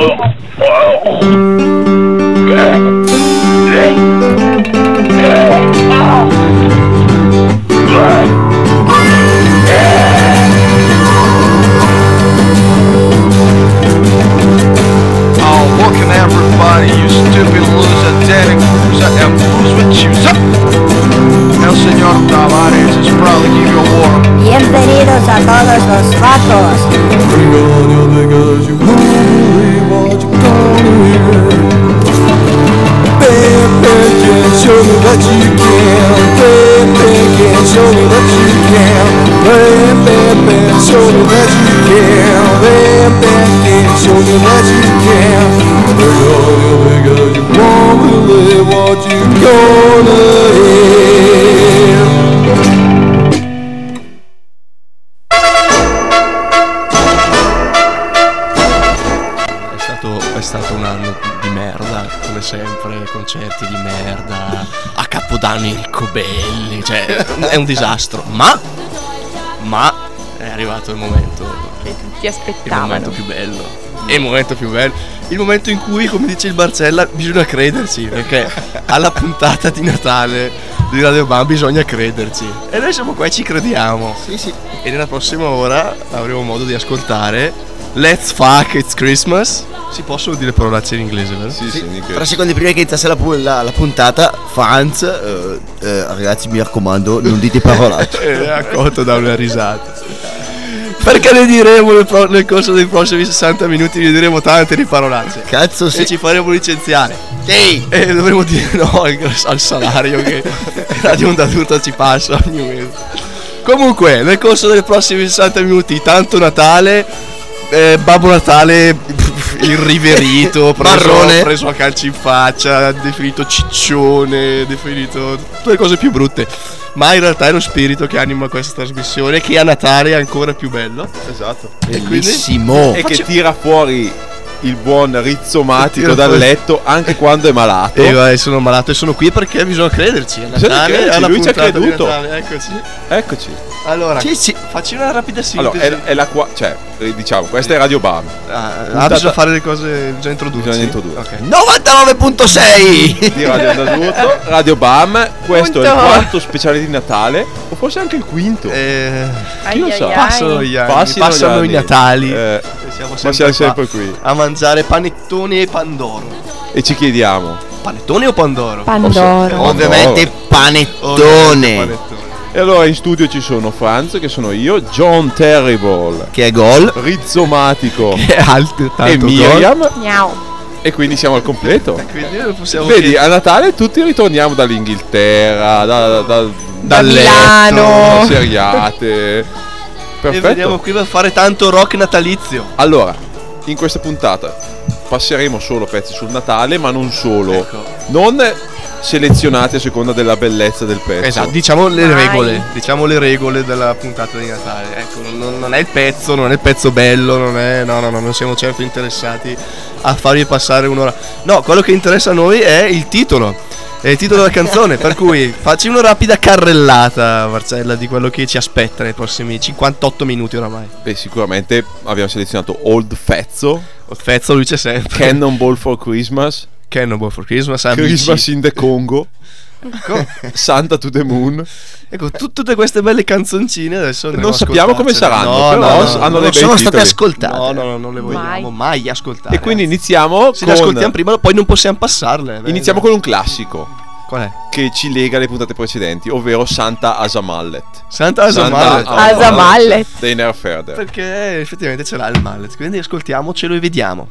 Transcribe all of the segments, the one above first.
Looking everybody, you stupid loser, Danny Cruiser, and who's with you? El señor Tavares is proud to give you a war. Bienvenidos a todos los vacos. Bring on your niggas, you believe what you gonna hear. Bam, bam, can show me that you can. Bam, bam, can show me that you can. Bam, bam, bam, show me that you can. Bam, bam, can show me that you can. Bring on your niggas, you won't believe what you gonna hear. È stato un anno di merda, come sempre, concerti di merda, a Capodanno i Riccobelli, cioè è un disastro, ma è arrivato il momento che tutti il aspettavano. momento più bello, è il momento più bello, il momento in cui, come dice il Barcella, bisogna crederci, perché alla puntata di Natale di Radio Bam bisogna crederci, e noi siamo qua e ci crediamo. Sì. E nella prossima ora avremo modo di ascoltare Let's Fuck It's Christmas. Si possono dire parolacce in inglese, vero? Sì. 3 secondi prima che iniziasse la puntata, fans, ragazzi, mi raccomando, non dite parolacce. È accolto da una risata. Perché ne diremo nel corso dei prossimi 60 minuti, ne diremo tante di parolacce. Cazzo, sì. E ci faremo licenziare. Sì. E dovremo dire no al salario che Radio Onda Adulta ci passa ogni mese. Comunque, nel corso dei prossimi 60 minuti, tanto Natale, Babbo Natale irriverito, preso a calci in faccia, definito ciccione, definito tutte le cose più brutte. Ma in realtà è lo spirito che anima questa trasmissione, che a Natale è ancora più bello. Esatto. Bellissimo. E che tira fuori il buon rizzomatico dal letto anche quando è malato. Sono malato e sono qui perché bisogna crederci. A Natale, alla lui ci ha puntata di creduto. Natale, eccoci. Allora, sì. facci una rapida sintesi. Allora, è la diciamo, questa è Radio Bam. Bisogna fare le cose, bisogna introdurre. Okay. 99.6 di Radio Onda Adulto, Radio Bam. Questo è il quarto speciale di Natale, o forse anche il quinto. Chi lo sa? Passano gli anni, passano i Natali. Siamo sempre qui a mangiare panettoni e pandoro. E ci chiediamo: panettoni o pandoro? Pandoro. Ovviamente panettone. E allora in studio ci sono Franz, che sono io, John Terrible, che è gol, Rizzomatico, che è alto, e Miriam. Miau. E quindi siamo al completo. Vedi, a Natale tutti ritorniamo dall'Inghilterra, da Milano, seriate. Perfetto. E veniamo qui per fare tanto rock natalizio. Allora, in questa puntata passeremo solo pezzi sul Natale, ma non solo. Ecco. Non selezionati a seconda della bellezza del pezzo. Esatto, diciamo le regole della puntata di Natale. Ecco, non è il pezzo, non è il pezzo bello, non siamo certo interessati a farvi passare un'ora. No, quello che interessa a noi è il titolo. È il titolo della canzone, per cui facci una rapida carrellata, Marcella, di quello che ci aspetta nei prossimi 58 minuti oramai. Beh, sicuramente abbiamo selezionato Old Fezzo. Old Fezzo, lui c'è sempre. Cannonball for Christmas. Cannonball for Christmas, Christmas in the Congo. Ecco. Santa to the Moon. Ecco, tutte queste belle canzoncine adesso non sappiamo come saranno, però hanno dei bei sono titoli. state ascoltate. No, non le vogliamo mai ascoltare. E quindi iniziamo se le ascoltiamo prima, poi non possiamo passarle. Iniziamo con un classico. Qual è? Che ci lega alle puntate precedenti, ovvero Santa Asamallet. Santa Asamallet. Asamallet dei Nerferder. Perché effettivamente ce l'ha il mallet. Quindi ascoltiamocelo e vediamo.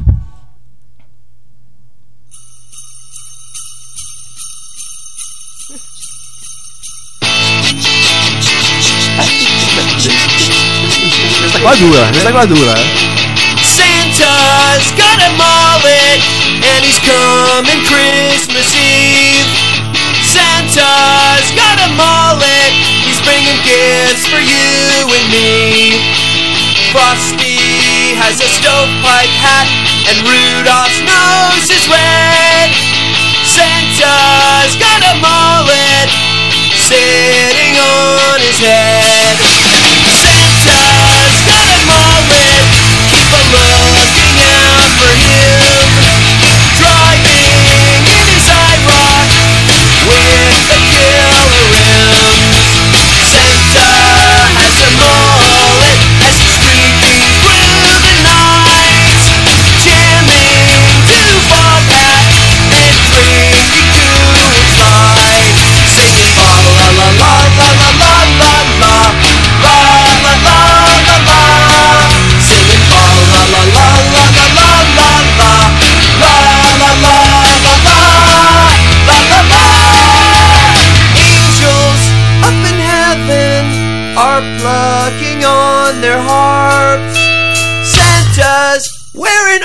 Questa qua dura. Santa's got a mullet and he's coming Christmas Eve. Santa's got a mullet, he's bringing gifts for you and me. Frosty has a stovepipe hat and Rudolph's nose is red. Santa's got a mullet sitting on his head. Santa's got a mullet, keep a looking out for him.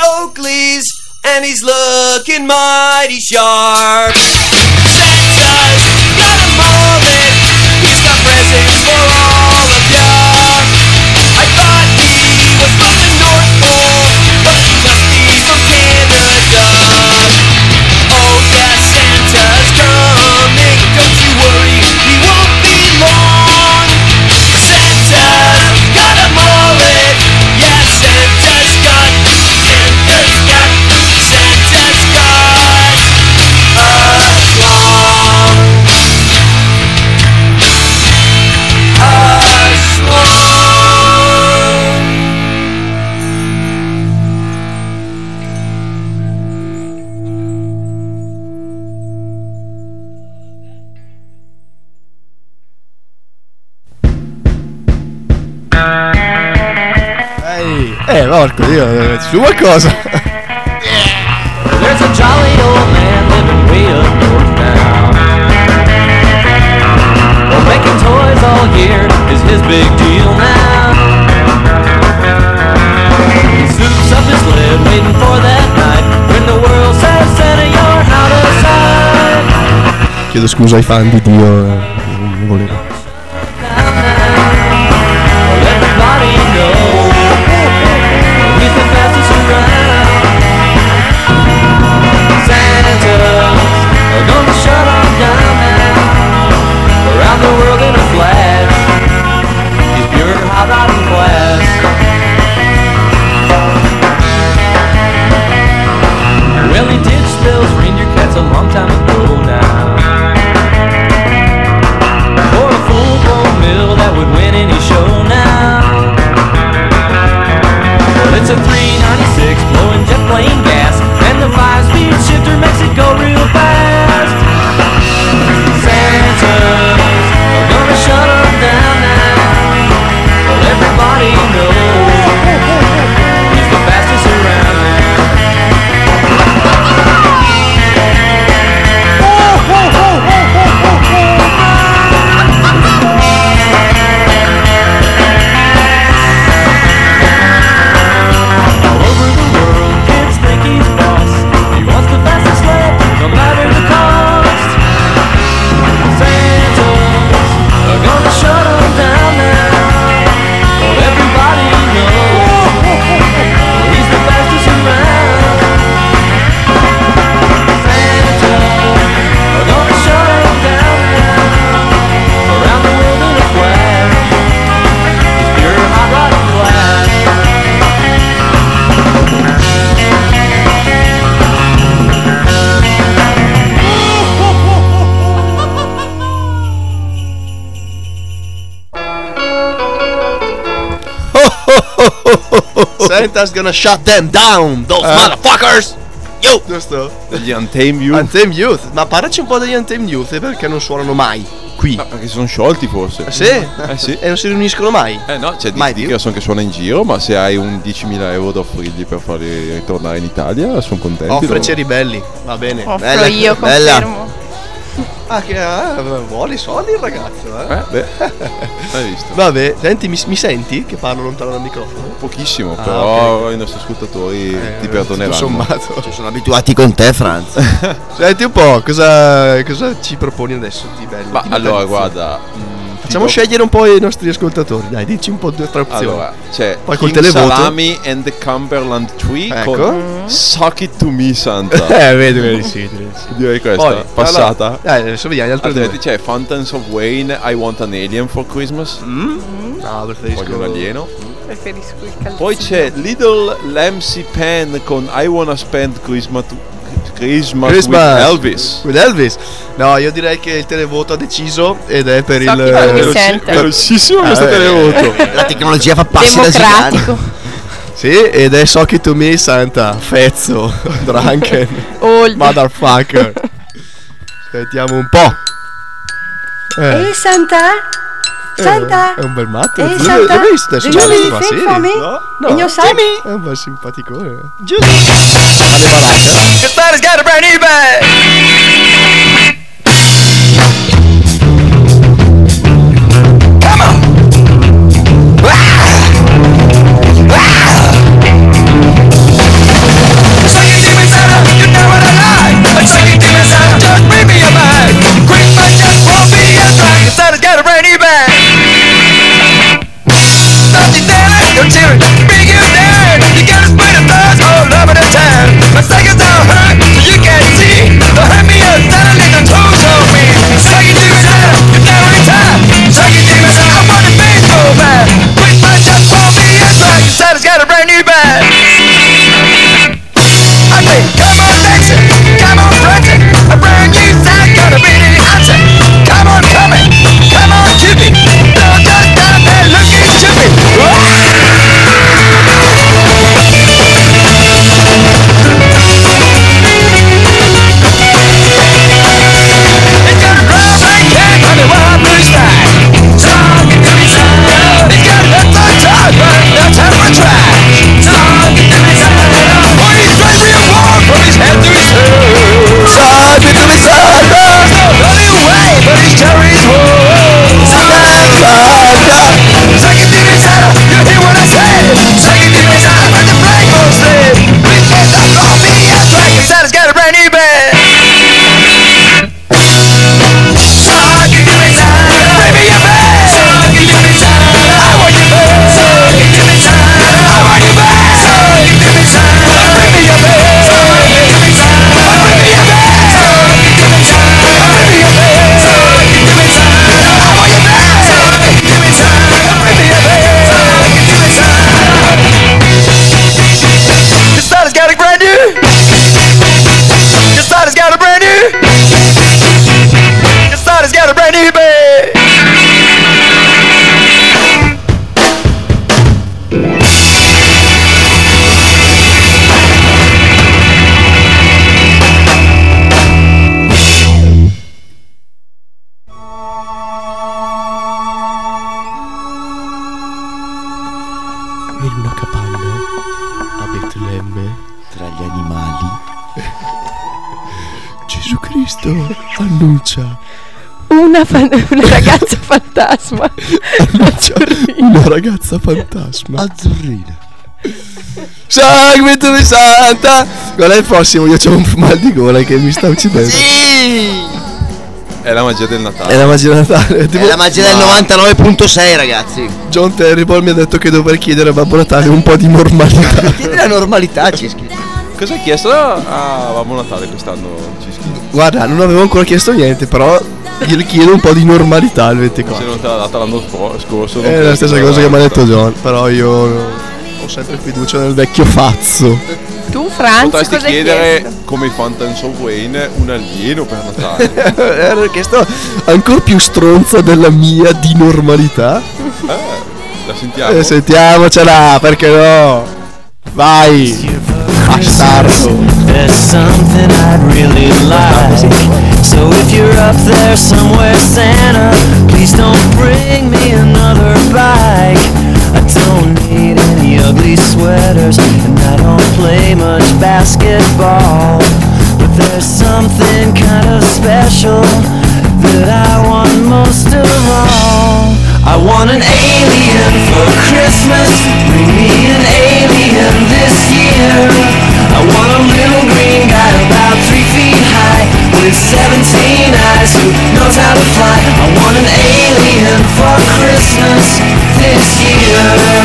Oakley's, and he's looking mighty sharp. Santa's got a mullet, he's got presents for all of ya. I thought he was from the North Pole, but he must be from Canada. Oh yeah, Santa's coming, don't you worry, he won't be long. Santa's got a mullet, yeah, Santa's got a slong. Porco Dio, su qualcosa. There's a jolly old man living way up north now. Well, making toys all year is his big deal now. He suits up his lid waiting for that night when the world says Santa you're out of sight. Chiedo scusa ai fan di Dio, non volevo. Well, everybody knows he's the fastest around. Santa's gonna shut him down now. Around the world in a flash, he's pure hot rod and class. Well, he ditched those reindeer cats a long time ago now. For a full-blown mill that would win any show now. It's a 396 blowing jet plane gas, and the 5-speed shifter makes it go real fast. Santa's gonna shut them down now. Well, everybody knows he's the fastest around now. No matter the cost, Santa's gonna shut them down now. Well, everybody knows he's the fastest around. Santa's gonna shut them down now. Around the world in a flash, he's pure hot rod and glass. Santa's gonna shut them down, those motherfuckers! Yo! Giusto? Gli Untamed Youth. Untamed Youth, ma parlaci un po' degli Untamed Youth, perché non suonano mai qui. Ma perché sono sciolti forse? Sì? Sì. E non si riuniscono mai? No, c'è Mai Dickerson che suona in giro, ma se hai un 10.000 euro da offrirgli per farli ritornare in Italia, sono contenti. Offre ribelli, va bene. Offro Bella, io, bella. confermo. Ah, che vuole i soldi il ragazzo, Beh, hai visto? Vabbè, senti, mi senti che parlo lontano dal microfono? Pochissimo, Ah, però ok. I nostri ascoltatori ti perdoneranno. Tutto sommato. Ci sono abituati con te, Franz. Senti un po', cosa ci proponi adesso di bello? Ma di allora, natalizio? guarda, Facciamo scegliere un po' i nostri ascoltatori. Dai, dici un po' due o tre opzioni. Allora, c'è poi col King televoto. Salami and the Cumberland Tree Ecco. con Suck It To Me Santa. Vedi, sì. Direi questa, Poi, passata. allora, adesso vediamo gli altri Altrimenti due. c'è Fountains of Wayne, I Want an Alien for Christmas. No, preferisco Voglio un alieno. Preferisco il calzino. Poi c'è Little Lamsey Pan con I Wanna Spend Christmas with Elvis. With Elvis. No, io direi che il televoto ha deciso ed è per So il chi non mi sente. Velocissimo questo televoto. La tecnologia fa passi da gigante. Democratico. Sì, ed è Suck It To Me Santa, fezzo, drunken, Old. motherfucker. Sentiamo un po'. Hey Santa? Santa? È un bel matto. Hey L'hai Santa? visto? È Do you successo have qua, anything sì. for me? No. In your side? È un bel simpaticone. Cause Santa's got a brand new bag. Come on. brand new. Casada's got a brand new. Casada's got a brand new bed. In una capanna a Betlemme, Tra gli animali. Gesù Cristo annuncia Una ragazza fantasma. una ragazza fantasma Azzurrina. Seguitemi Santa. Qual è il prossimo? Io c'ho un mal di gola che mi sta uccidendo. Sì! È la magia del Natale. È la magia di Natale. È la magia del 99.6, ragazzi. John Terrible mi ha detto che dovrei chiedere a Babbo Natale un po' di normalità. Chiedi la normalità, Cischi. Cosa hai chiesto a Babbo Natale quest'anno, Cischi? Guarda, non avevo ancora chiesto niente, però gli chiedo un po' di normalità al 24. Se non te l'ha data l'anno scorso. È la stessa cosa che mi ha detto John, però io ho sempre fiducia nel vecchio fazzo. Tu, Franz, Potresti cosa hai chiedere, chiesto? come i Fountains of Wayne, un alieno per Natale. Era chiesto ancora più stronza della mia di normalità. La sentiamo? Sentiamocela, perché no? Vai, bastardo. There's something I'd really like. So if you're up there somewhere, Santa, please don't bring me another bike. I don't need any ugly sweaters, and I don't play much basketball. But there's something kind of special that I want most of all. I want an alien for Christmas. Bring me an alien this year. I want a little green guy about 3 feet high, with 17 eyes, who knows how to fly. I want an alien for Christmas this year.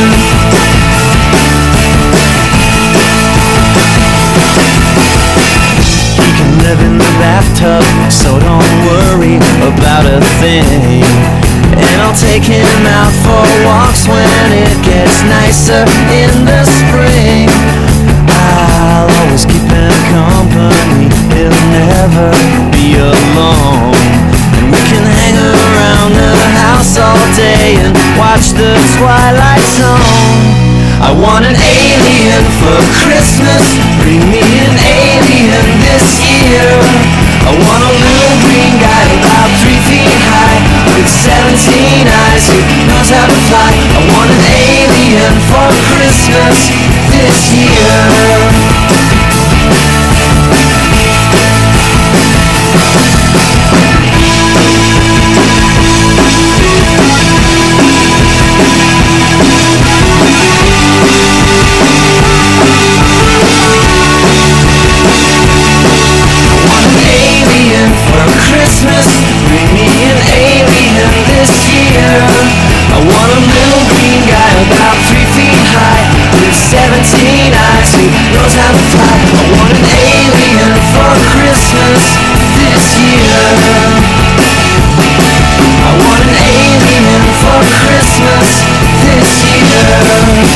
He can live in the bathtub, so don't worry about a thing. And I'll take him out for walks when it gets nicer in the spring. I'll always keep him company, he'll never be alone. And we can hang around the house all day and watch the twilight zone. I want an alien for Christmas. Bring me an alien this year. I want a little green guy about 3 feet high, with 17 eyes, who knows how to fly. I want an alien for Christmas this year. Christmas, bring me an alien this year. I want a little green guy about 3 feet high, with 17 eyes, who knows how to fly. I want an alien for Christmas this year. I want an alien for Christmas this year.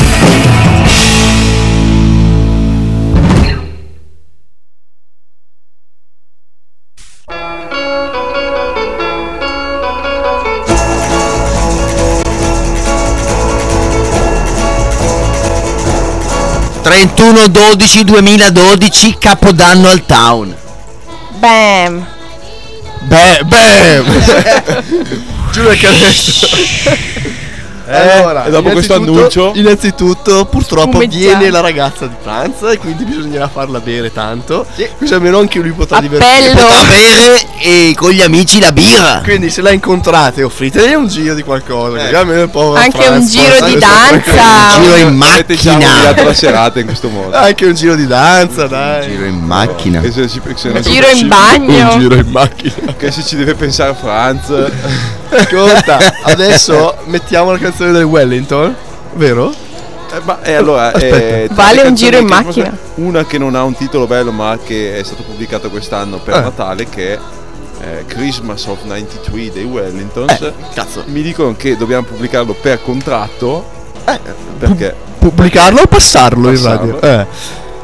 ...31 12 2012, Capodanno al Town. Bam. Bam. Giuro che adesso. Allora, e dopo questo annuncio, innanzitutto purtroppo Spumeggiante. viene la ragazza di Franz e quindi bisognerà farla bere tanto, così almeno anche lui potrà Appello. divertirsi. Potrà bere e con gli amici la birra. Quindi se la incontrate offritegli un giro di qualcosa, così almeno il povero Anche Franz un giro potrà di stare tranquillo. danza. Un giro in avete già macchina. rovinato la serata in questo modo. Anche un giro di danza, dai. Giro in macchina. E se non Giro in ci- bagno. Un giro in macchina. Che se ci deve pensare Franz. Ascolta, adesso mettiamo la canzone del Wellington, vero? Allora Aspetta. Vale tre un giro in canzoni che macchina. Una che non ha un titolo bello, ma che è stato pubblicato quest'anno per Natale, che è Christmas of 93 dei Wellingtons. Cazzo. Mi dicono che dobbiamo pubblicarlo per contratto. Perché Pubblicarlo o passarlo in Passarlo. radio?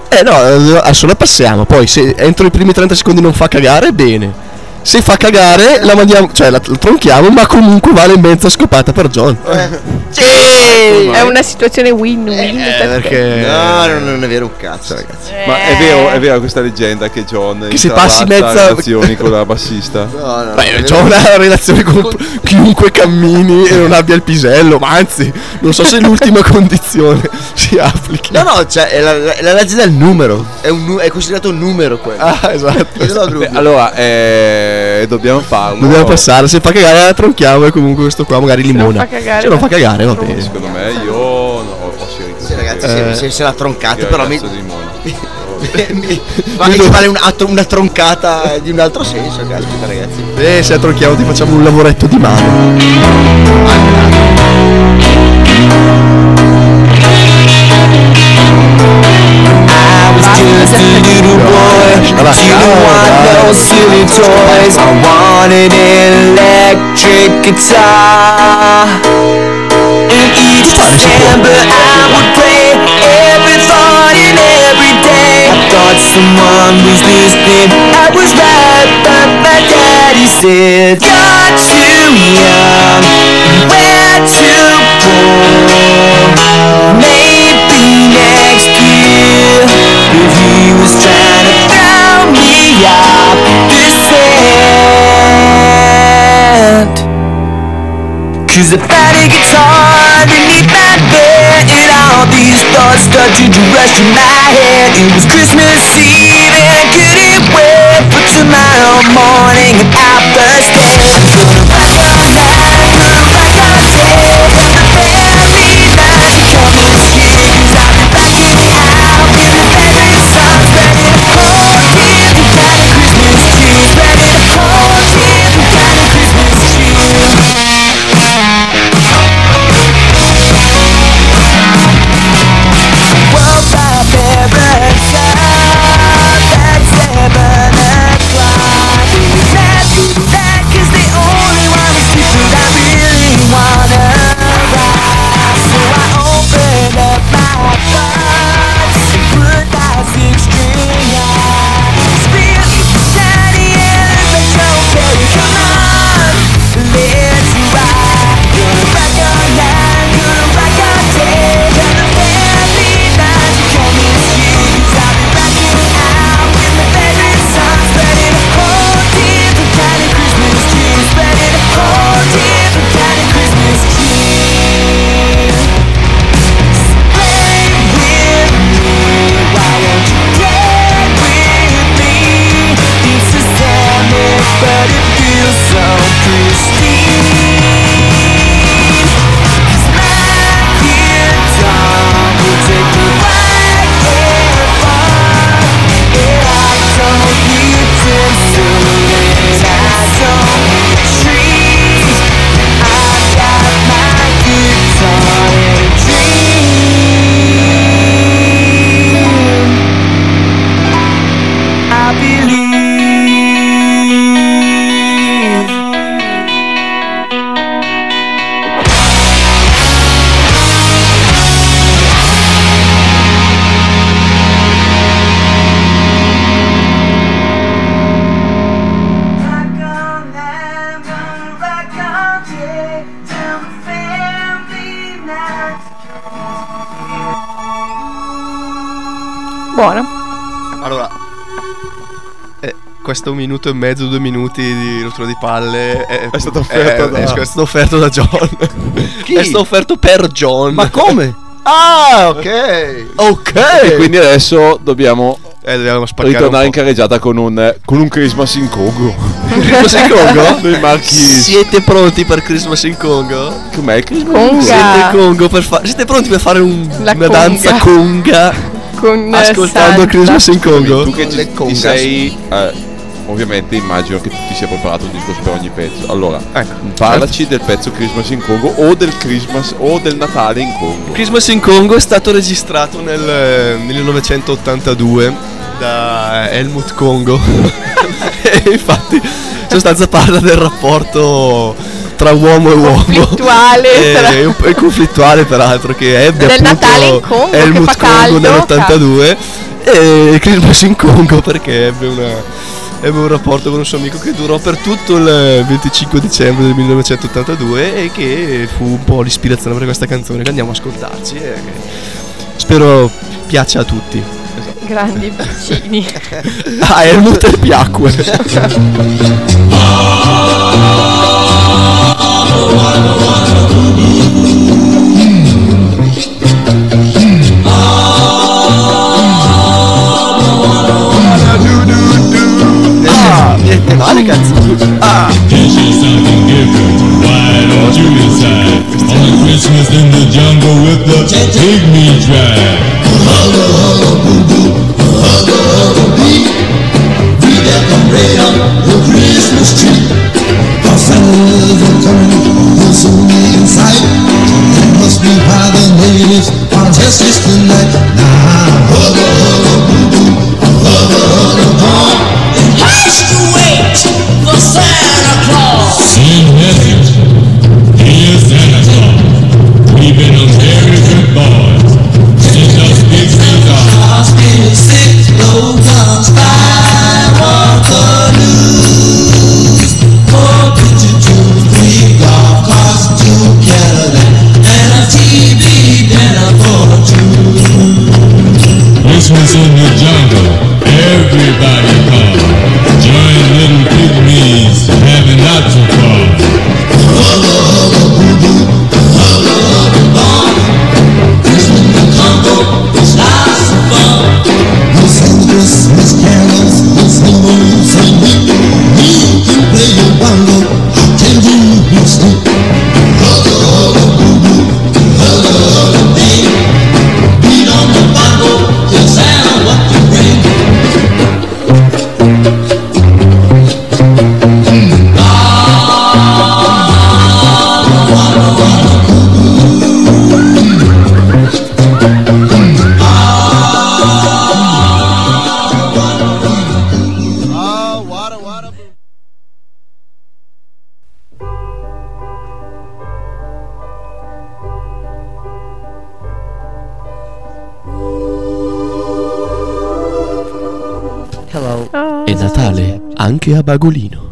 No, adesso la passiamo. Poi se entro i primi 30 secondi non fa cagare, bene. Se fa cagare la mandiamo, cioè la tronchiamo, ma comunque vale mezza scopata per John. Sì, è una situazione win-win. Perché No, non è vero un cazzo, ragazzi. Ma è vero questa leggenda che John Che se passi mezza relazioni con la bassista? No, Beh, c'ho una relazione con chiunque cammini e non abbia il pisello, ma anzi, non so se l'ultima condizione si applichi. No, cioè è la legge del numero. È considerato un numero quello. Ah, esatto. Io non ho dubbio. Allora, dobbiamo farlo. Dobbiamo passare, se fa cagare la tronchiamo e comunque questo qua magari limona. Se non fa cagare va bene. Secondo me io ho Sì, ragazzi, se la troncate, però mi Ma che ci vale una troncata di un altro senso, caspita, ragazzi. Se la tronchiamo ti facciamo un lavoretto di mano. Just a little boy, didn't want no silly toys. I wanted an electric guitar. And each December I would play every thought and every day. I thought someone was listening, I was right, but my daddy said, you're too young, we're too poor. Maybe next year, if he was trying to throw me off the sand. Cause I found a guitar beneath my bed, and all these thoughts started to rush through my head. It was Christmas Eve and I couldn't wait for tomorrow morning and out the stairs. Gonna rock all night, gonna rock all day, and the very night come as kids. I'll be rocking it out with my favorite songs, ready to hold different kind of Christmas cheer, ready to hold different kind of Christmas cheer. Well, my parents up at 7 o'clock. Glad to do that, 'cause they only want me to, but I really wanna ride. So I opened up my box and put my 6-string on. It's really shiny and it's like strawberry. Come on, let's ride. Gonna rock all night, gonna rock all day, and the family nights come in years. I'll be rocking out with my favorite songs, ready to hold different kind of Christmas cheer, ready to hold different kind of Christmas cheer. Play with me, why won't you play with me? It's systemic, but it feels so pristine. 'Cause my guitar will take me right and far. And I don't need tinsel, I don't need trees. I've got my guitar and a dream. I believe. Rock all night, gonna rock all day, till the family night. Buono. Allora, questo 1 minuto e mezzo, 2 minuti di rottura di palle è stato offerto da- è stato offerto da John. Chi? È stato offerto per John. Ma come? Ah, ok. Ok. E quindi adesso dobbiamo Dobbiamo spaccare ritornare in un po'. carreggiata con un Christmas in Congo. Christmas in Congo? Dei Marquis. Siete pronti per Christmas in Congo? Com'è il Christmas? Conga. Siete pronti per fare La una conga. danza conga Con ascoltando Santa. Christmas in Congo? Tu che Con le ti congas. sei ovviamente immagino che tu ti sia preparato un discorso per ogni pezzo. Allora, Ecco. parlaci del pezzo Christmas in Congo o del Christmas o del Natale in Congo. Christmas in Congo è stato registrato nel 1982 da Helmut Congo. E infatti in sostanza parla del rapporto tra uomo e uomo. Conflittuale tra- E conflittuale peraltro che ebbe Del appunto Natale in Congo, che Helmut fa Congo caldo, nell'82. e Christmas in Congo perché ebbe un rapporto con un suo amico che durò per tutto il 25 dicembre del 1982 e che fu un po' l'ispirazione per questa canzone che andiamo a ascoltarci e che spero piaccia a tutti. Grandi vicini. Ah, Helmut piacque. Niente male, cazzo. Why don't you decide on Christmas in the jungle with the pygmy tribe? Hugga, hugga, boo-boo, hugga, hugga, bee. We got the red on the Christmas tree. The Santas are coming, they'll soon be in sight. That must be why the natives are restless tonight. Now, hugga, hugga, boo-boo, hugga, hugga, bee. Has to wait for Santa Claus. Send message. Dear Santa Claus, we've been a very good boys. Send us big cigars. Is sick, no comes by Waterloo. 4 golf carts, 2 Cadillacs, and a TV dinner for 2. Christmas in the jungle, everybody come. Join little pygmies having lots of fun. Hugga, hugga, boo-boo, hugga, hugga, bomb. Christmas in the Congo is lots of fun. We'll sing Christmas carols, we'll sing blues and weep. You can play your bongo, I'll tell you you sleep. Hugga, hugga, boo-boo, hugga, hugga, bing. Beat on the bongo, tell Santa what to bring. È Natale anche a Bagolino.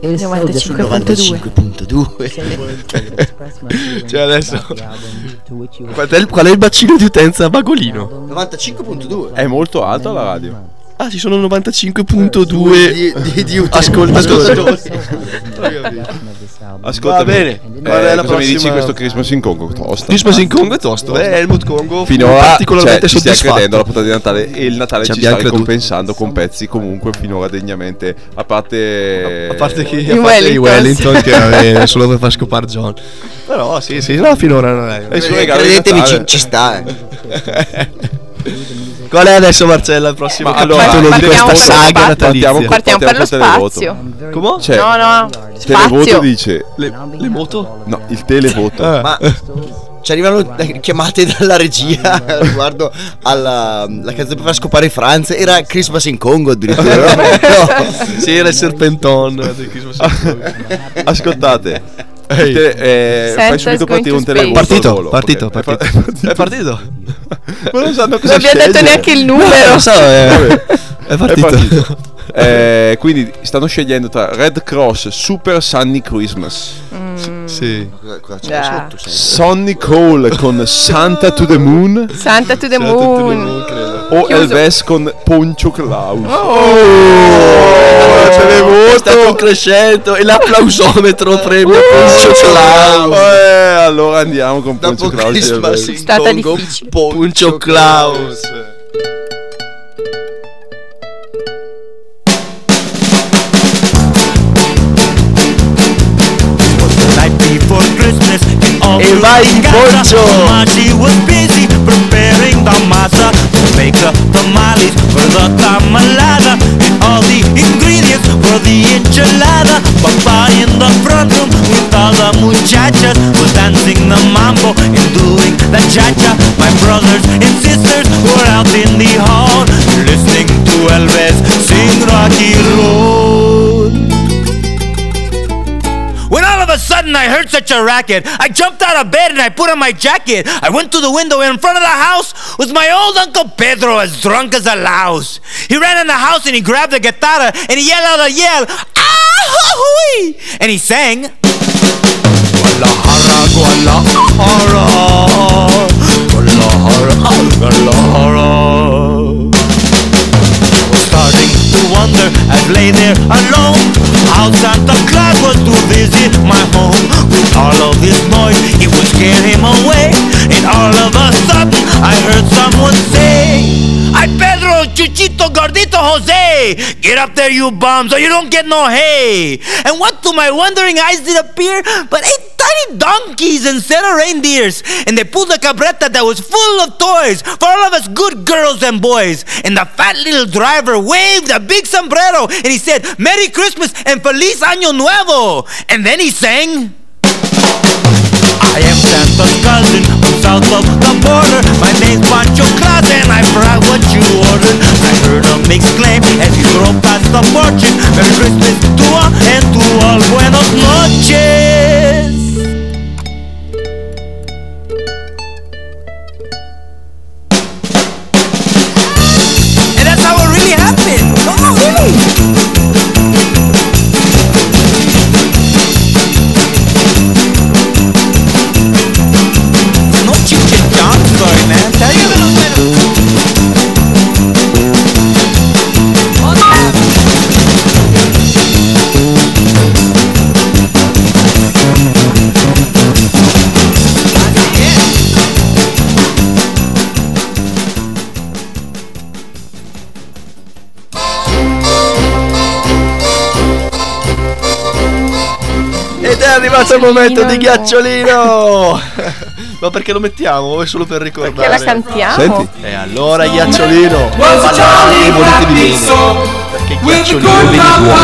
95.2. Cioè adesso qual è il bacino di utenza a Bagolino? 95.2. È molto alta la radio. Ah, ci sono 95.2 di ascoltatori. Ascolta, Va bene. Qual è la cosa mi dici prossima? questo Christmas in Congo? Tosta. Christmas in Congo è tosto. Helmut Congo Finora particolarmente ci stia soddisfatto. credendo alla puntata di Natale e il Natale Ci ci abbiamo sta creduto. ricompensando con pezzi comunque finora degnamente. A parte chi? I A parte i Wellingtons. Wellington che va solo per far scopare John. Però sì, no, finora non è. il suo regalo di Credetemi, Natale. ci sta. Qual è adesso, Marcella, il prossimo Ma allora, capitolo di partiamo questa con lo saga spazio. natalizia? Partiamo per lo col televoto. spazio. Come? Cioè, No, televoto spazio. dice Le moto? no, il televoto. Ma ci arrivano chiamate dalla regia riguardo alla canzone per far scopare Franz. Era Christmas in Congo addirittura. No? Sì, era il serpenton di Christmas in Congo. Ascoltate. Ehi. Fai Santa's subito going partire un to televoto. Partito, al volo. partito, Ok, partito. È partito. Ma non sanno cosa Non abbiamo detto scegliere. neanche il Non numero. so, Vabbè. è partito. Quindi stanno scegliendo tra Red Cross Super Sunny Christmas, Sì. Cosa c'è Già. sotto? Sonny Cole con Santa to the Moon Santa to the Moon. o Chiuso. Elvis con Poncho Claus. È stato un crescendo e l'applausometro premio Poncio Claus. Allora andiamo con Poncio Dopo Claus e Christmas Elvis. in Stata Congo, difficile. Poncio Claus. Night before Christmas, all E vai, Poncio! She was busy preparing the masa to make the tamales for the tamalada and all the ingredients for the enchilada. Papa in the front room with all the muchachas was dancing the mambo and doing the cha-cha. My brothers and sisters were out in the hall listening to Elvis sing Rocky Road. When all of a sudden I heard such a racket. I jumped out of bed and I put on my jacket. I went to the window, and in front of the house was my old Uncle Pedro, as drunk as a louse. He ran in the house and he grabbed the guitarra and he yelled out a yell, ah-hoo-wee! And he sang, Guadalajara, Guadalajara, Guadalajara. I was starting to wonder, I'd lay there alone, how Santa Claus was to visit my home. With all of his noise, it would scare him away. And all of a sudden, I heard someone say, Ay, Pedro, Chuchito, Gordito, Jose, get up there, you bums, or you don't get no hay. And what to my wondering eyes did appear but 8 tiny donkeys instead of reindeers. And they pulled a cabretta that was full of toys for all of us good girls and boys. And the fat little driver waved a big sombrero and he said, Merry Christmas and Feliz Año Nuevo. And then he sang, I am Santa's cousin from south of the border. My name's Pancho Claus and I brought what you ordered. I heard him exclaim as he drove past the porches, Merry Christmas to all and to all buenos noches. And that's how it really happened. Oh, really? Sorry, man. Tell you a little bit. Ed è arrivato il momento di Ghiacciolino. Ma perché lo mettiamo? O è solo per ricordare? Perché la cantiamo? Senti. E allora Ghiacciolino, parlate, volete di bene. Perché Ghiacciolino viene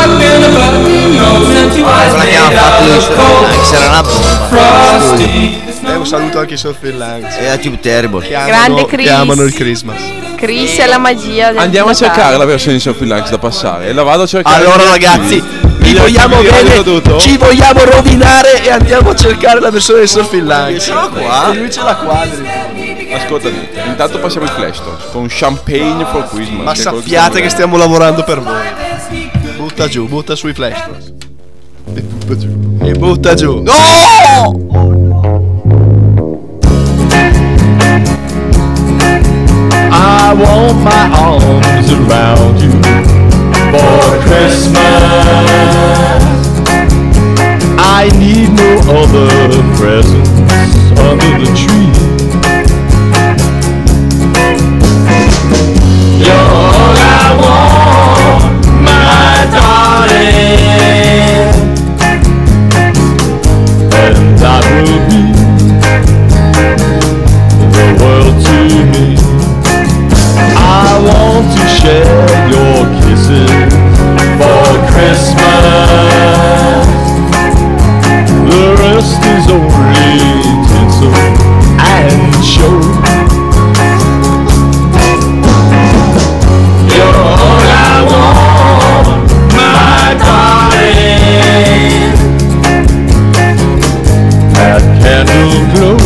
Non abbiamo fatto sarà una bomba. Un saluto anche ai Surfing Lungs. Era tipo terrible. Grande Chris. Che amano il Christmas. Chris è la magia del Andiamo a Natale. cercare la versione di Surfing Lungs da passare. E la vado a cercare. Allora ragazzi, vi vogliamo bene, ci vogliamo rovinare e andiamo a cercare la versione di Surfing Lungs. Ce l'ho qua. E lui ce l'ha qua. Ascolta, intanto passiamo il Flash Talk con Champagne for Christmas. Ma sappiate che stiamo lavorando per voi. Butta giù, butta sui flash. E butta giù. E butta giù. No! I want my arms around you for Christmas. I need no other presents under the tree. You're all I want, my darling, and that will be the world to me. I want to share your kisses for Christmas. The rest is only tinsel and show. You're all I want, my darling. That candle glow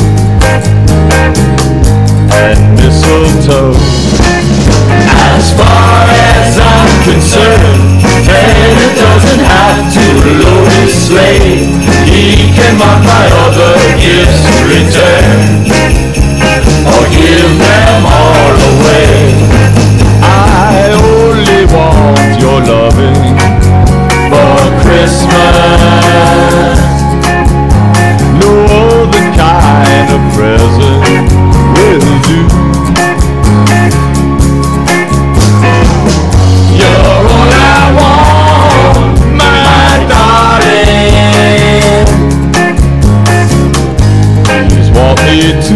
and mistletoe. As far as I'm concerned, Santa doesn't have to load his sleigh. He can mark my other gifts in return, or give them all away. I only want your loving for Christmas. No other kind of present will do. You're all I want, my darling. Please want me to.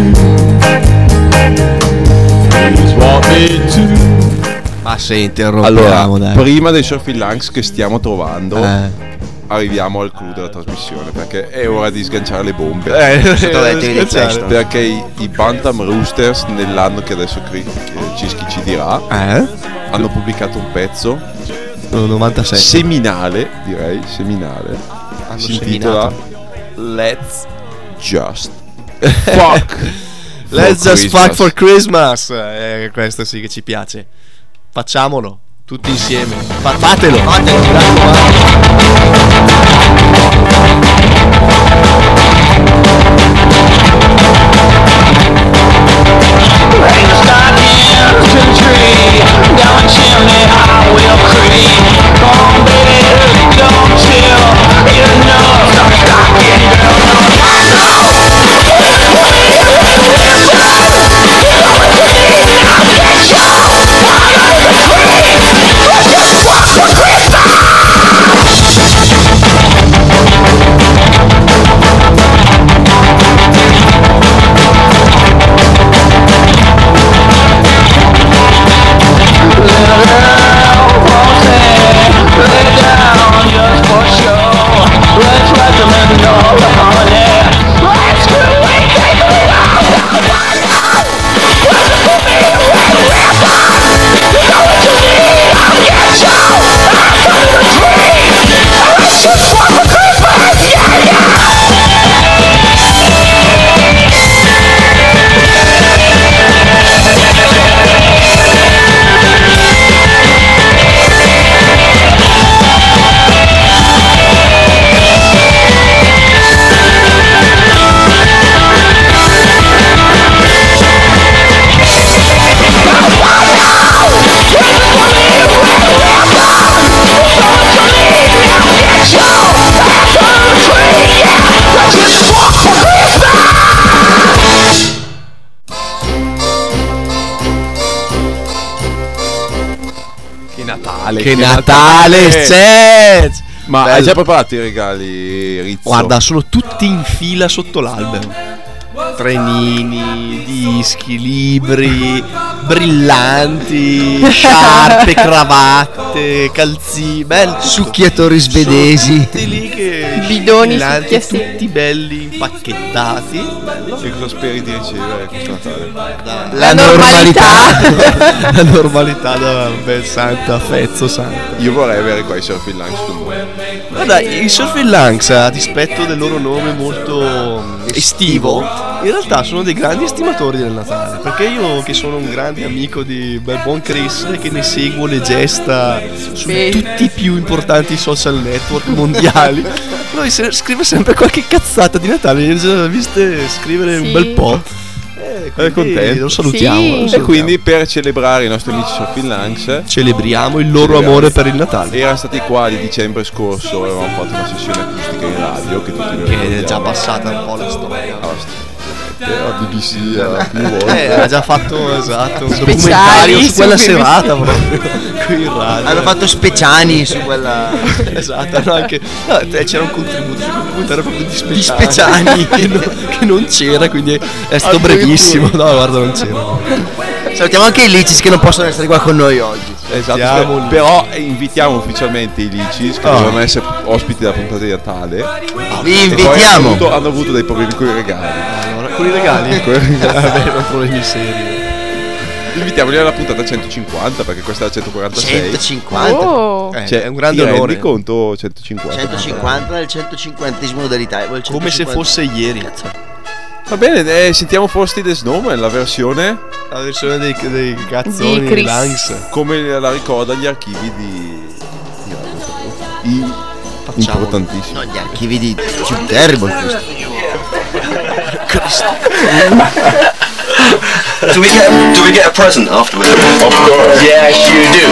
Please want me to. Ma se interrompiamo, Allora, dai. prima dei Surfing Lungs che stiamo trovando, arriviamo al clou della trasmissione, perché è ora di sganciare le bombe. Perché i Bantam Roosters, nell'anno che adesso Cischi ci dirà, hanno pubblicato un pezzo 97 seminale, direi seminale. Si intitola Let's just fuck. Let's just fuck for Christmas. Questo sì che ci piace. Facciamolo tutti insieme. Fatelo. Che Natale c'è! Ma hai già preparato i regali, Rizzo? Guarda, sono tutti in fila sotto l'albero. Trenini, dischi, libri, brillanti, sciarpe, cravatte, calzini, belli, succhiatori svedesi, tutti lì che bidoni brillanti, tutti belli impacchettati. E cosa speri di ricevere questo Natale? La normalità. La normalità da un bel Santa, Fezzo Santa. Io vorrei avere qua i Surfing Lungs con noi. Guarda, i Surfing Lungs, a dispetto del loro nome molto estivo, in realtà sono dei grandi estimatori del Natale, perché io, che sono un grande amico di bel buon Chris e che ne seguo le gesta su tutti i più importanti social network mondiali, lui scrive sempre qualche cazzata di Natale, ne ho già viste scrivere un bel po'. È contento, lo salutiamo, Sì. lo E salutiamo. quindi per celebrare i nostri amici Surfing Lungs celebriamo il loro amore per il Natale. erano stati qua di dicembre scorso, avevamo fatto una sessione acustica in radio che tutti noi Che è già ricordiamo. passata un po' la storia. La BBC più volte. Ha già fatto, esatto, un Speciali documentario su quella su serata proprio qui in radio. Hanno fatto speciali su quella. Esatto, no, anche c'era un contributo sul documentario proprio di speciali. che non c'era, quindi è stato brevissimo. No, guarda, non c'era. Salutiamo anche i Licis che non possono essere qua con noi oggi. Esatto, però invitiamo ufficialmente i Licis che dovevano essere ospiti della puntata di Natale. Vi E poi invitiamo. hanno avuto dei problemi con i regali. Allora, con i regali? Vabbè, non problemi seri. Invitiamoli alla puntata 150 perché questa è la 146. 150. Oh. Cioè, è un grande ti rendi onore. conto 150. 150 del 150esimo modalità. Come se fosse ieri. Va bene, sentiamo Frosty the Snowman, la versione dei cazzoni Di di Chris. Lungs. come la ricorda gli archivi di importantissimo. No, gli archivi di Jim Terrible questo. Do we get a present afterwards? Of course. Yes, you do.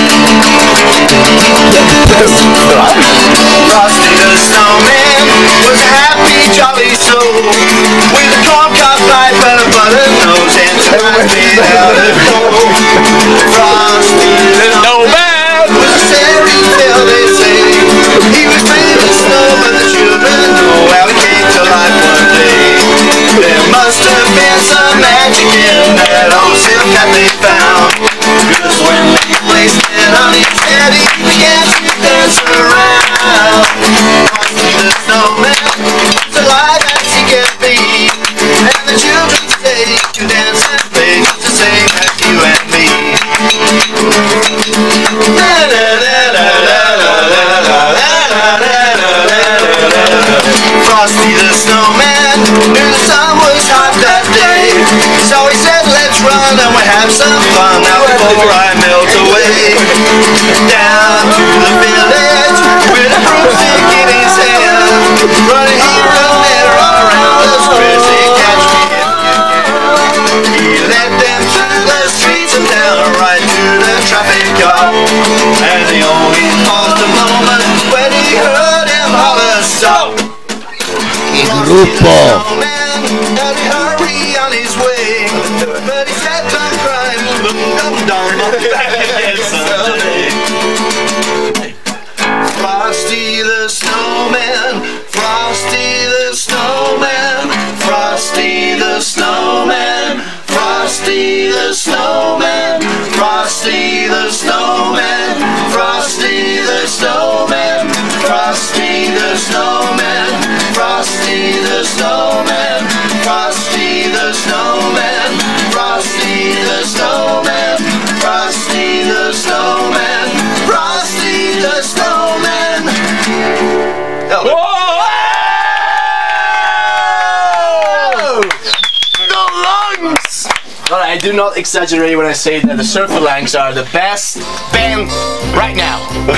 Frosty the Snowman was a happy, jolly soul with a corncob pipe and a button nose and spice made out of gold. Frosty the Snowman was a fairy tale, they say. He was brave as snow, but the children know how he came to life one day. There must have been some magic in that old silk that they found, 'cause when they placed it on his head he began to dance around. Frosty the Snowman was alive as he can be, and the children say to dance and play just the same as you and me. Frosty have some fun now before I melt away. Down to the village with a broomstick in his hand, running here and there all around us, Chrissy, catch me if you can. He led them to the streets and down right to the traffic cop, and he only paused a moment when he heard him holler stop. Che gruppo! And he hurry on his way, but he said don't cry, dum I'll be back again someday. Frosty the snowman, Frosty the snowman, Frosty the snowman, Frosty the snowman, Frosty the snowman, Frosty the snowman, Frosty the snowman, Frosty the snowman, Frosty the snowman, Frosty the snowman, Frosty the snowman, Frosty the snowman. The Lungs! Well, I do not exaggerate when I say that the Surfer-Langs are the best band right now.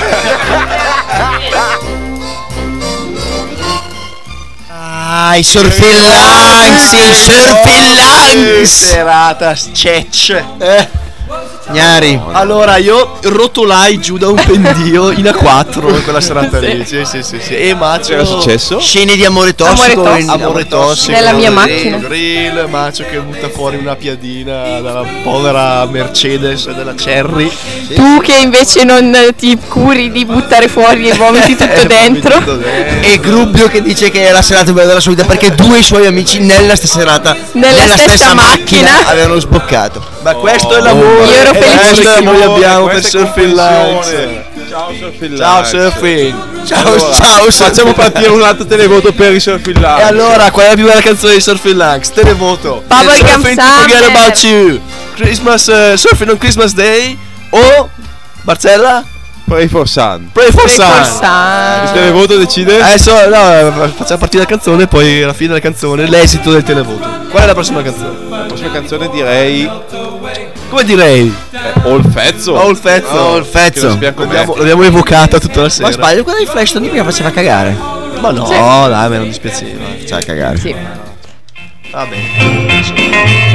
Ah, i Surfer-Langs, i Surfer-Langs! Serata scecce. Gnari. Allora io rotolai giù da un pendio in A4 quella serata lì. Sì. E Macio. Era successo? Scene di amore tossico. Amore tossico. Nella mia macchina. Grill, Macio che butta fuori una piadina dalla povera Mercedes della Cherry. Tu che invece non ti curi di buttare fuori e vomiti tutto dentro. E Grubbio che dice che è la serata più bella della sua vita perché due suoi amici nella stessa serata, nella stessa macchina, avevano sboccato. Ma questo è l'amore. Io ero felicissimo. Noi abbiamo per Surfer-Langs. Ciao Surfer-Langs. Ciao Surfing. Ciao. Facciamo partire un altro televoto per i Surfer-Langs. E allora, qual è la più bella canzone di Surfer-Langs? Televoto. Bubblegum Surfing to Summer. Forget About You. Christmas, Surfing on Christmas Day. O Marcella? Pray for Sun. Pray for Sun. Il televoto decide? Adesso no, facciamo partire la canzone, poi alla fine della canzone l'esito del televoto. Qual è la prossima canzone? La prossima canzone direi Come direi? Olfezzo. Olfezzo. L'abbiamo evocata tutta la sera. Ma sbaglio, quella di Flash Tony prima faceva cagare. Ma no, Sì. dai, me non dispiaceva. Faceva cagare. Sì. Va bene.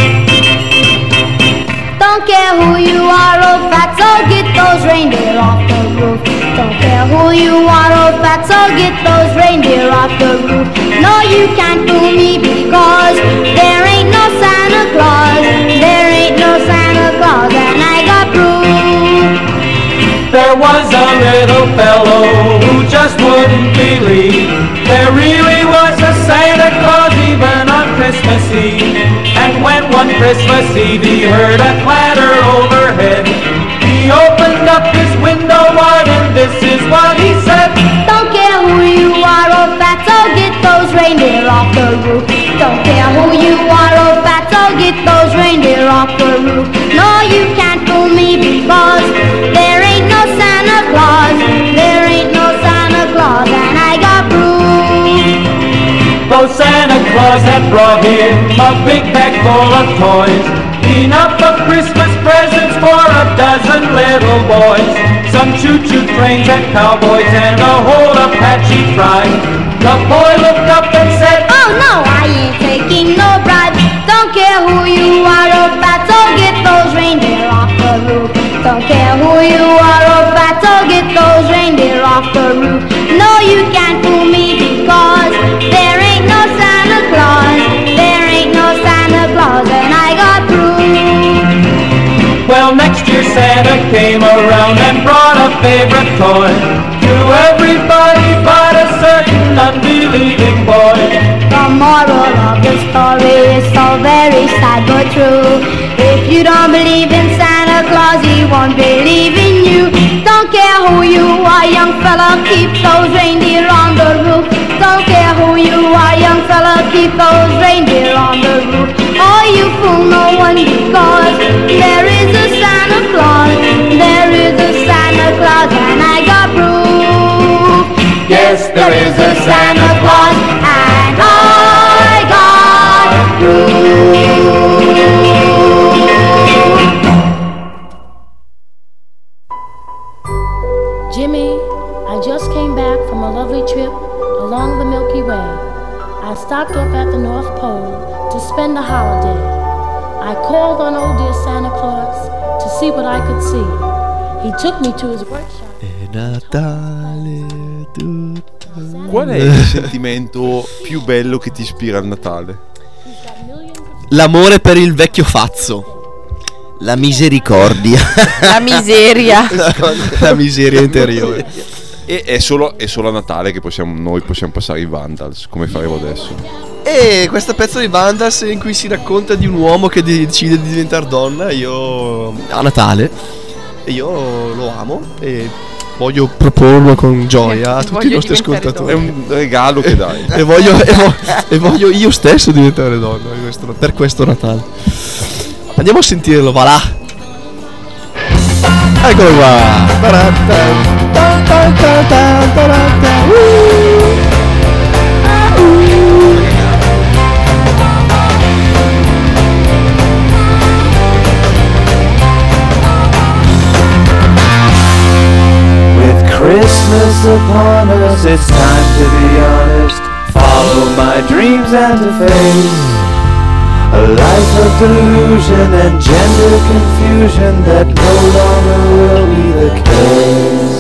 Don't care who you are, old fatso, get those reindeer off the roof. Don't care who you are, old fatso, get those reindeer off the roof. No, you can't fool me because there ain't no Santa Claus. There ain't no Santa Claus, and I got proof. There was a little fellow who just wouldn't believe there really was a Santa Claus even on Christmas Eve. And when one Christmas Eve he heard a clatter overhead, he opened up his window wide and this is what he said. Don't care who you are, old fatso, get those reindeer off the roof. Don't care who you are, old fatso, get those reindeer off the roof. No, you can't fool me because there ain't no Santa Claus. There ain't no Santa Claus, and I got proof. Though Santa Claus had brought him a big bag full of toys, enough of Christmas presents for a dozen little boys, some choo-choo trains and cowboys and a whole Apache tribe. The boy looked up and said, Oh no, I ain't taking no bribe. Don't care who you are, old fatso, get those reindeer off the roof. Don't care who you are, old fatso, get those reindeer off the roof. No, you can't fool me because there ain't no Santa Claus. There ain't no Santa Claus, and I got proof. Well, next year Santa came around and brought a favorite toy to everybody but a certain unbelieving boy. The moral of the story is so very sad but true. If you don't believe in Santa Claus, he won't believe in you. Don't care who you are, young fella, keep those reindeer on the roof. Don't care who you are, young fella, keep those reindeer on the roof. Oh, you fool no one because there is a Santa Claus. There is a Santa Claus, and I got proof. Yes, there is a Santa Claus, and I got proof. Jimmy, I just came back from a lovely trip along the Milky Way. I stopped off at the North Pole to spend the holiday. I called on old dear Santa Claus to see what I could see. He took me to his workshop. È Natale tutto. Qual è il sentimento più bello che ti ispira al Natale? L'amore per il vecchio fazzo. La misericordia. La miseria. La miseria interiore. E è solo a Natale che noi possiamo passare i Vandals, come faremo adesso. E questo pezzo di Vandals in cui si racconta di un uomo che decide di diventare donna, a Natale, e io lo amo e voglio proporlo con gioia a tutti i nostri ascoltatori. È un regalo che dai. e voglio io stesso diventare donna per questo Natale. Andiamo a sentirlo, va là. Eccolo qua. With Christmas upon us, it's time to be honest. Follow my dreams and to face a life of delusion and gender confusion that no longer will be the case.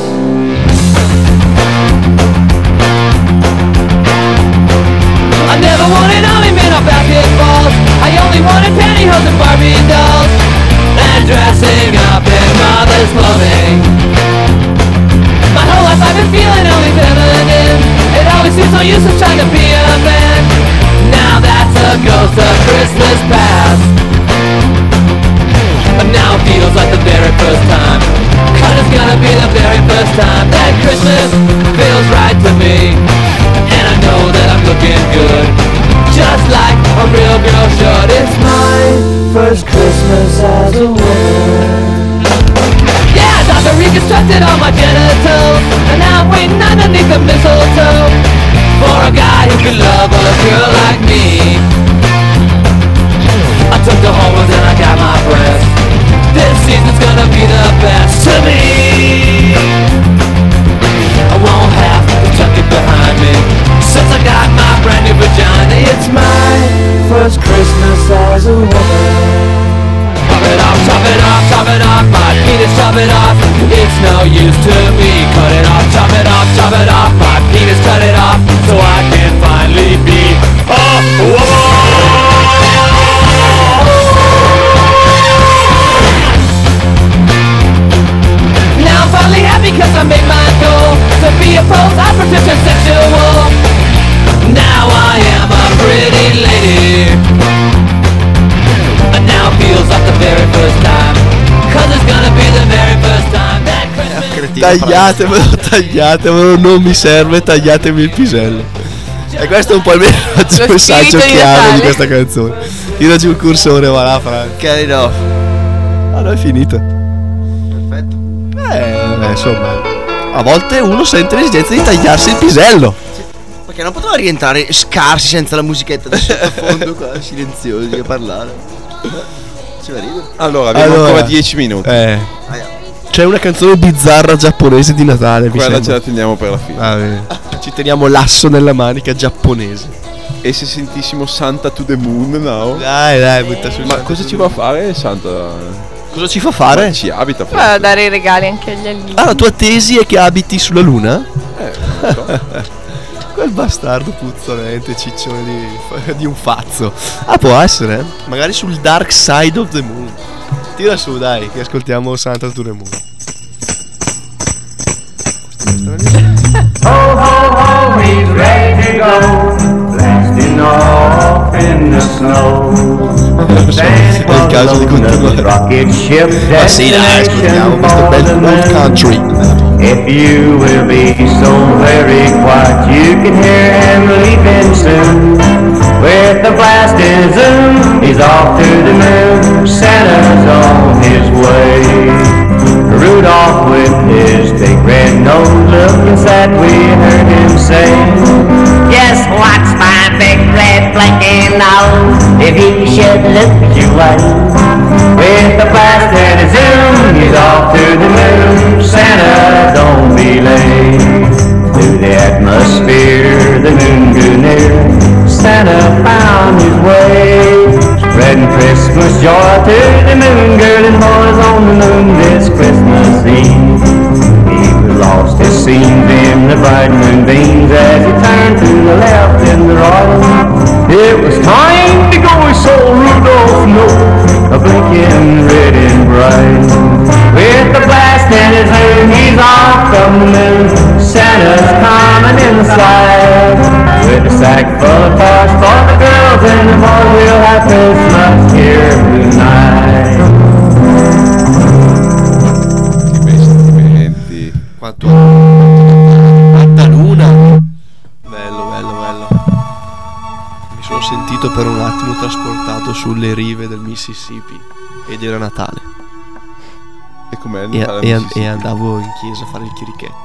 I never wanted army men or basketballs. I only wanted pantyhose and Barbie dolls, and dressing up in mother's clothing. My whole life I've been feeling only feminine. It always seems so useless trying to be a man. Now that's a ghost of Christmas past. But now it feels like the very first time, 'cause it's gonna be the very first time that Christmas feels right to me. And I know that I'm looking good, just like a real girl should. It's my first Christmas as a woman. Yeah, Dr. reconstructed all my genitals, and now I'm waiting underneath the mistletoe for a guy who can love a girl like me. I took the hormones and I got my breath. This season's gonna be the best to me. I won't have to tuck it behind me, since I got my brand new vagina. It's my first Christmas as a woman. Chop it off, chop it off, chop it off, my penis, chop it off. It's no use to me. Cut it off, chop it off, chop it off, my penis, cut it off, so I can finally be a woman. Now I'm finally happy 'cause I made my goal to be a post-operative transsexual. Now I am a pretty lady, and now it feels like the very first time, 'cause it's gonna be the very first time that Christmas. Tagliatemelo, non mi serve, tagliatemi il pisello. E questo è un po' il messaggio chiave di questa canzone. Tira giù il cursore, va là, Frank. Carino. Allora è finito. Perfetto. Insomma, a volte uno sente l'esigenza di tagliarsi il pisello. Perché non poteva rientrare scarsi senza la musichetta del sottofondo qua, silenziosi a parlare. Ci va ridere. Allora, abbiamo ancora 10 minuti. C'è una canzone bizzarra giapponese di Natale. Quella ce la teniamo per la fine. Ci teniamo l'asso nella manica giapponese. E se sentissimo Santa to the Moon now? Dai, butta su. Ma cosa ci va a fare Santa? Cosa ci fa fare? Ma ci abita a dare i regali anche agli allievi. Ah, la tua tesi è che abiti sulla luna? Non so. Quel bastardo puzzolente ciccione di un fazzo. Ah, può essere, magari sul Dark Side of the Moon. Tira su, dai, che ascoltiamo Santa to the Moon. Ho ho ho, he's ready to go, blasting off in the snow. È il caso di continuare. Ma sì, dai, ascoltiamo questo bel old country. If you will be so very quiet, you can hear him leaving soon. With the blast and zoom, he's off to the moon. Santa's on his way. Rudolph with his big red nose, looking sad, we heard him say. Just watch my big red blinking nose, if he should look your way. With the blast and a zoom, he's off to the moon. Santa, don't be to the moon, girl and boys on the moon this Christmas Eve. He was lost his scenes in the bright moonbeams as he turned to the left in the right. It was time to go, he saw Rudolph Nose, a blinking red and bright. With the blast in his hand, he's off from the moon. Santa's coming in the slide. With a sack full of toys for the girls and the boys, we'll have Christmas here tonight. Che bei sentimenti. Quanto Tanta luna. Bello, bello, bello. Mi sono sentito per un attimo trasportato sulle rive del Mississippi ed era Natale. E com'è il Natale? E andavo in chiesa a fare il chirichetto.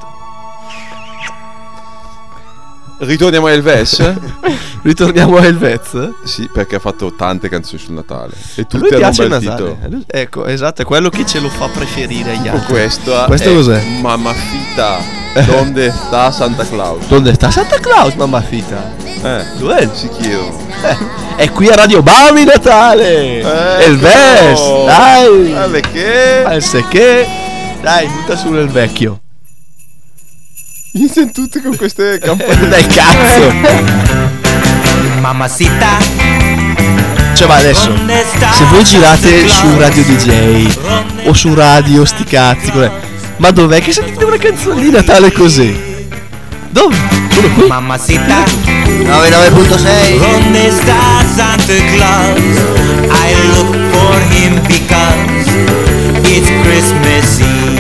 Ritorniamo a Elves? Ritorniamo a Elves? Sì, perché ha fatto tante canzoni sul Natale. E A lui tutte hanno piace un il bel Natale. titolo. Ecco, esatto, è quello che ce lo fa preferire agli altri. Questo cos'è? Mamma Fita. Donde sta Santa Claus? Dove sta Santa Claus, mamma Fita? Dov'è? Si chiedo. È qui a Radio Bami Natale! Elves! Dai! Perché? Dai, butta su il vecchio. Iniziano tutti con queste campane. Dai cazzo! Mamacita. Cioè, ma adesso, se voi girate su Radio DJ o su radio sti cazzi, ma dov'è che sentite una canzone di Natale così? Dove? Sono qui. Mamacita. 99.6. Donde sta Santa Claus? I look for him because it's Christmas Eve.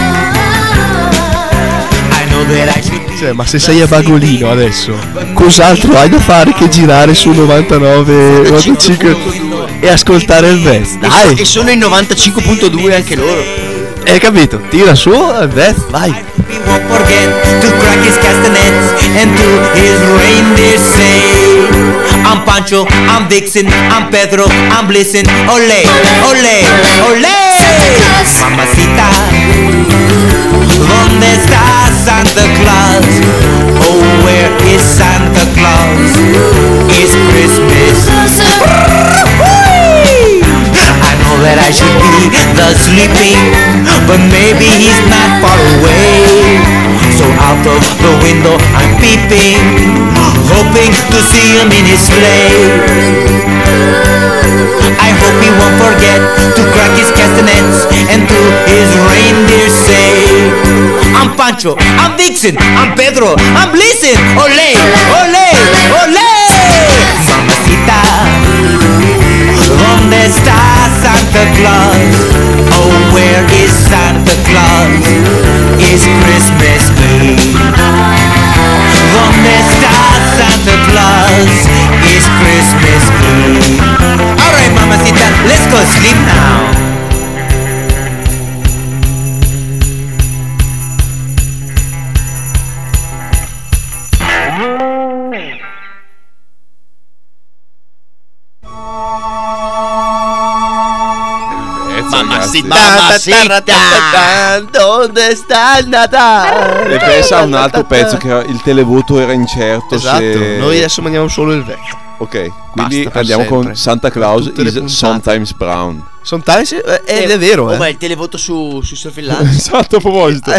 I know that I should be. Cioè, ma se sei a Bagolino adesso, cos'altro hai da fare che girare su 99, 95 e ascoltare il Vest? Dai! E sono in 95.2 anche loro. Hai capito? Tira su il Vest, vai! He won't forget to crack his castanets and to his reindeer say, I'm Pancho, I'm Vixen, I'm Pedro, I'm Blitzen, ole, ole, ole. Mamacita, ¿dónde está Santa Claus? Oh, where is Santa Claus? It's Christmas. I know that I should be the sleeping, but maybe he's not far away. So out of the window I'm peeping, hoping to see him in his sleigh. I hope he won't forget to crack his castanets and to his reindeer say, I'm Pancho, I'm Vixen, I'm Pedro, I'm Blitzen, ole, ole, ole. Mamacita, ¿dónde está Santa Claus? Oh, where is Santa Claus? It's Christmas Eve. ¿Dónde está Santa Claus? It's Christmas Eve. Alright, mamacita, let's go sleep now. Mamacita, dove sta il Natale? E pensa a un altro pezzo che il televoto era incerto. Esatto, se... noi adesso mandiamo solo il vecchio. Ok, quindi Basta per andiamo sempre. con Santa Claus Tutte le is puntate. sometimes brown. Sometimes ed è vero, Ma il televoto su Surfillante. Esatto, a proposito.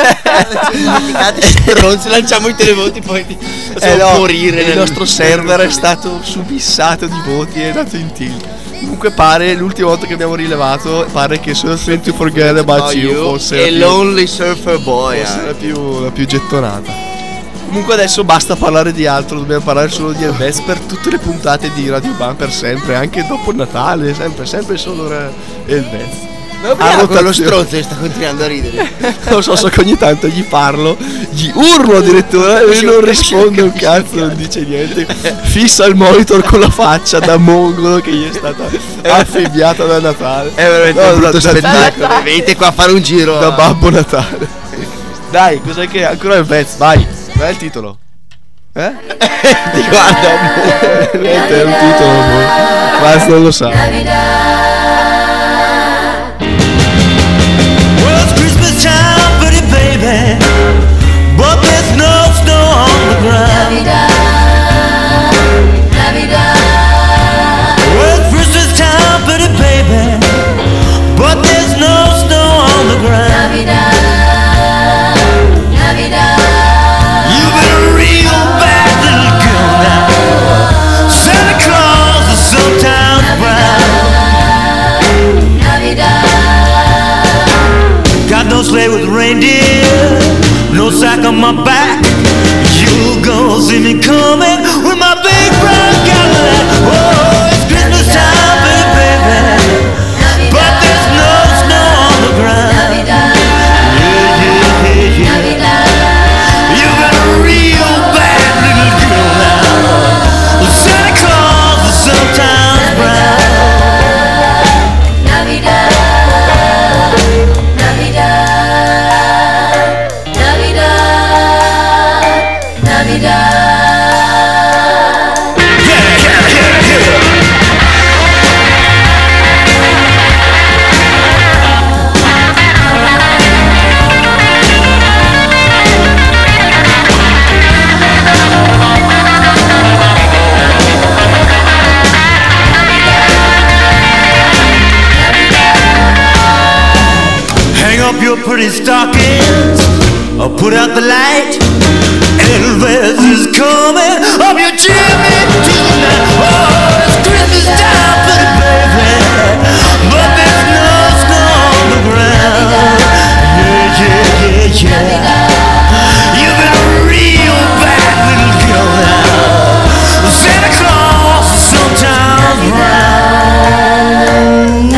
Stronzi, lanciamo i televoti poi ti facciamo morire. Il nostro server è stato subissato di voti e è dato in tilt. Comunque pare, l'ultima volta che abbiamo rilevato, pare che Surfing to Forget About You fosse e Lonely Surfer Boy fosse la più gettonata. Comunque adesso basta parlare di altro, dobbiamo parlare solo di Elves per tutte le puntate di Radio Ban per sempre, anche dopo il Natale, sempre solo Elves. Ma quello stronzo che sta continuando a ridere. Non so che ogni tanto gli parlo, gli urlo addirittura e lui non risponde un cazzo, non dice niente. Fissa il monitor con la faccia da mongolo che gli è stata affibbiata da Natale. È veramente un brutto spettacolo. Venite qua a fare un giro da Babbo Natale. Dai, cos'è che ancora il pezzo? Vai, qual è il titolo? Ti guarda. Niente, è un titolo, Quasi non lo sa. But there's no snow on the ground. Well, it's Christmas time, pretty baby, reindeer, no sack on my back. You gonna see me coming with my big brown Cadillac. Oh, it's Christmas time, baby, but there's no snow on the ground. You've been a real bad little girl now. Santa Claus is sometimes brown. Your pretty stockings, put out the light. Elvis is coming up your chimney tonight. Oh, it's Christmas time, pretty baby, but there's no snow on the ground. Yeah. You've been a real bad little girl now. Santa Claus is sometimes round.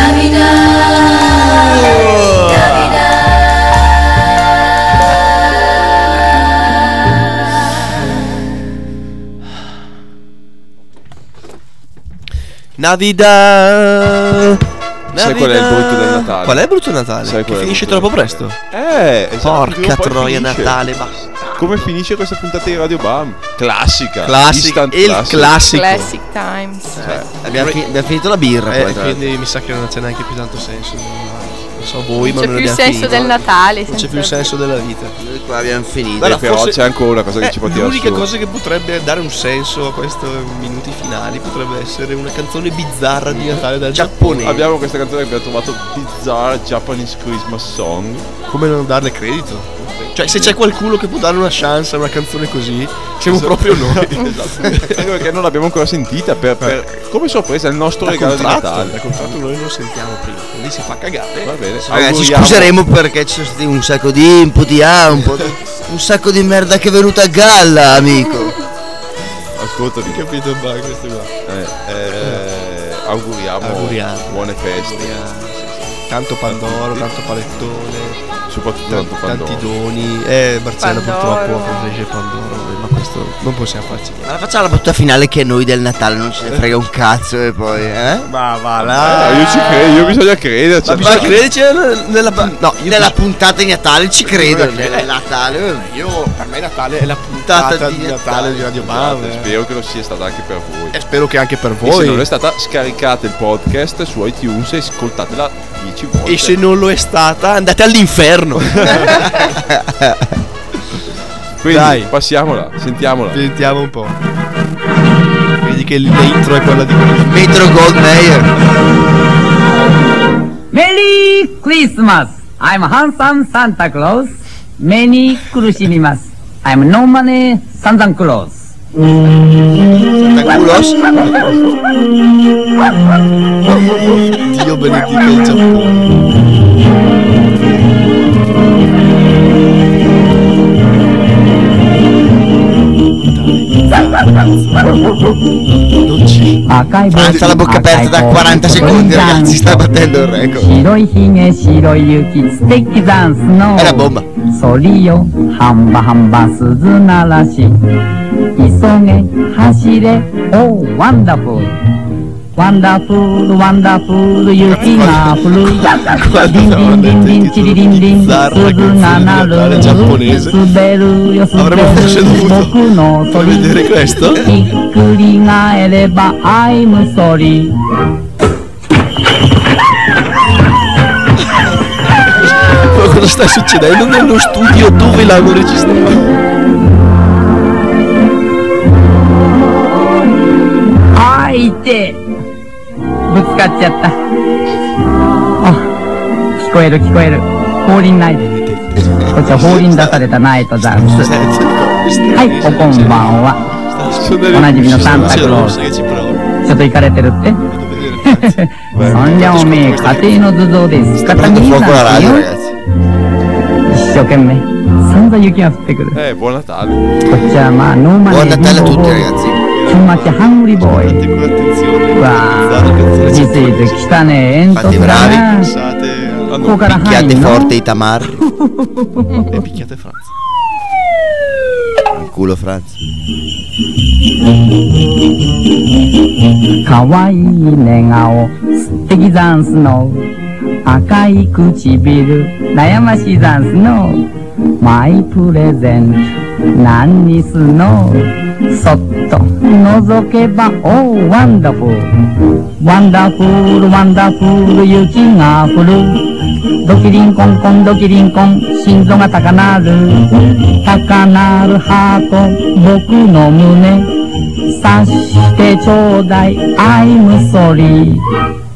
Navidad. Sai qual è il brutto del Natale? Qual è il brutto del Natale? Sai Che qual è finisce il brutto troppo presto. Esatto, Porca poi troia, finisce. Natale, basta. Come finisce questa puntata di Radio Bam? Classica. Classic, il classico. Classic Times. Abbiamo finito la birra poi, tra l'altro. Quindi mi sa che non c'è neanche più tanto senso. Non so voi, ma C'è non più il abbiamo senso finito. del Natale. Non c'è più il senso della vita. Noi qua abbiamo finito. Guarda, Però forse- c'è ancora una cosa che ci può tirare L'unica su. cosa che potrebbe dare un senso a questi minuti finali potrebbe essere una canzone bizzarra di Natale dal Giappone. Abbiamo questa canzone che abbiamo trovato Bizarre Japanese Christmas Song. Come non darle credito? Cioè, se c'è qualcuno che può dare una chance a una canzone così, siamo Esatto. proprio noi. Esatto. Anche perché non l'abbiamo ancora sentita come sorpresa, è il nostro regalo di Natale. Da contratto noi non lo sentiamo prima, quindi si fa cagare. Va bene. Ragazzi, ci scuseremo perché ci sono stati un sacco di input, un sacco di merda che è venuta a galla, amico. Ascolta, Hai capito, questo qua. Auguriamo buone feste. Tanto Pandoro, tanto panettone, soprattutto tanto Pandoro. tanti doni. Marcella purtroppo protegge Pandoro, ma questo non possiamo farci niente. Ma facciamo la battuta finale che noi del Natale non ce ne frega un cazzo e poi, Ma va là. Io ci credo, io bisogna crederci. Ma bisogna crederci nella puntata di Natale ci credo. Nel Natale. Per me Natale è la puntata di Natale di Radio Bam. Spero che lo sia stata anche per voi. E spero che anche per E se voi. non è stata, scaricate il podcast su iTunes e ascoltatela 10 volte. E se non lo è stata, andate all'inferno. Quindi Dai. passiamola, sentiamola. Sentiamo un po'. Vedi che l'intro è quella di Metro Goldmeyer. Merry Christmas! I'm handsome Santa Claus. Many kurushimimasu. I'm normally Santa Claus. Dio benedica il Giappone. Franza la bocca aperta da 40 secondi, ragazzi, sta battendo il record. 白いひげ白い雪素敵ざんすの È la bomba. そりよハンバハンバ鈴鳴らし急げ走れおーワンダフルワンダフルワンダフル雪が降るディンディンディンディンチリリンリン鈴が鳴る滑るよ滑る僕の鳥ひっくり返れば I'm sorry Cosa sta succedendo nello studio dove l'hanno registrato? あーいてぶつかっちゃったあ聞こえる聞こえる放輪ないでこっちは放輪出されたナイトダンスはいおこんばんはおなじみのサンタクロースちょっと行かれてるってそんじゃおめえ家庭の頭像で仕方ねえなんてよ生懸命散々雪が降ってくる。 Buon Natale. こっちはまあノーマル Buon Natale a tutti ragazzi. Too much hungry boy. Wow, this is 汚ねえ煙突だな。ここから入ん Picchiate の forte i tamar. E picchiate Franz. Culo Franz. かわいい寝顔素敵ざんすの赤い唇悩ましいざんすのマイプレゼント何にすのそっと覗けばおーワンダフルワンダフルワンダフル雪が降るドキリンコンコンドキリンコン心臓が高鳴る高鳴るハート僕の胸察してちょうだい I'm sorry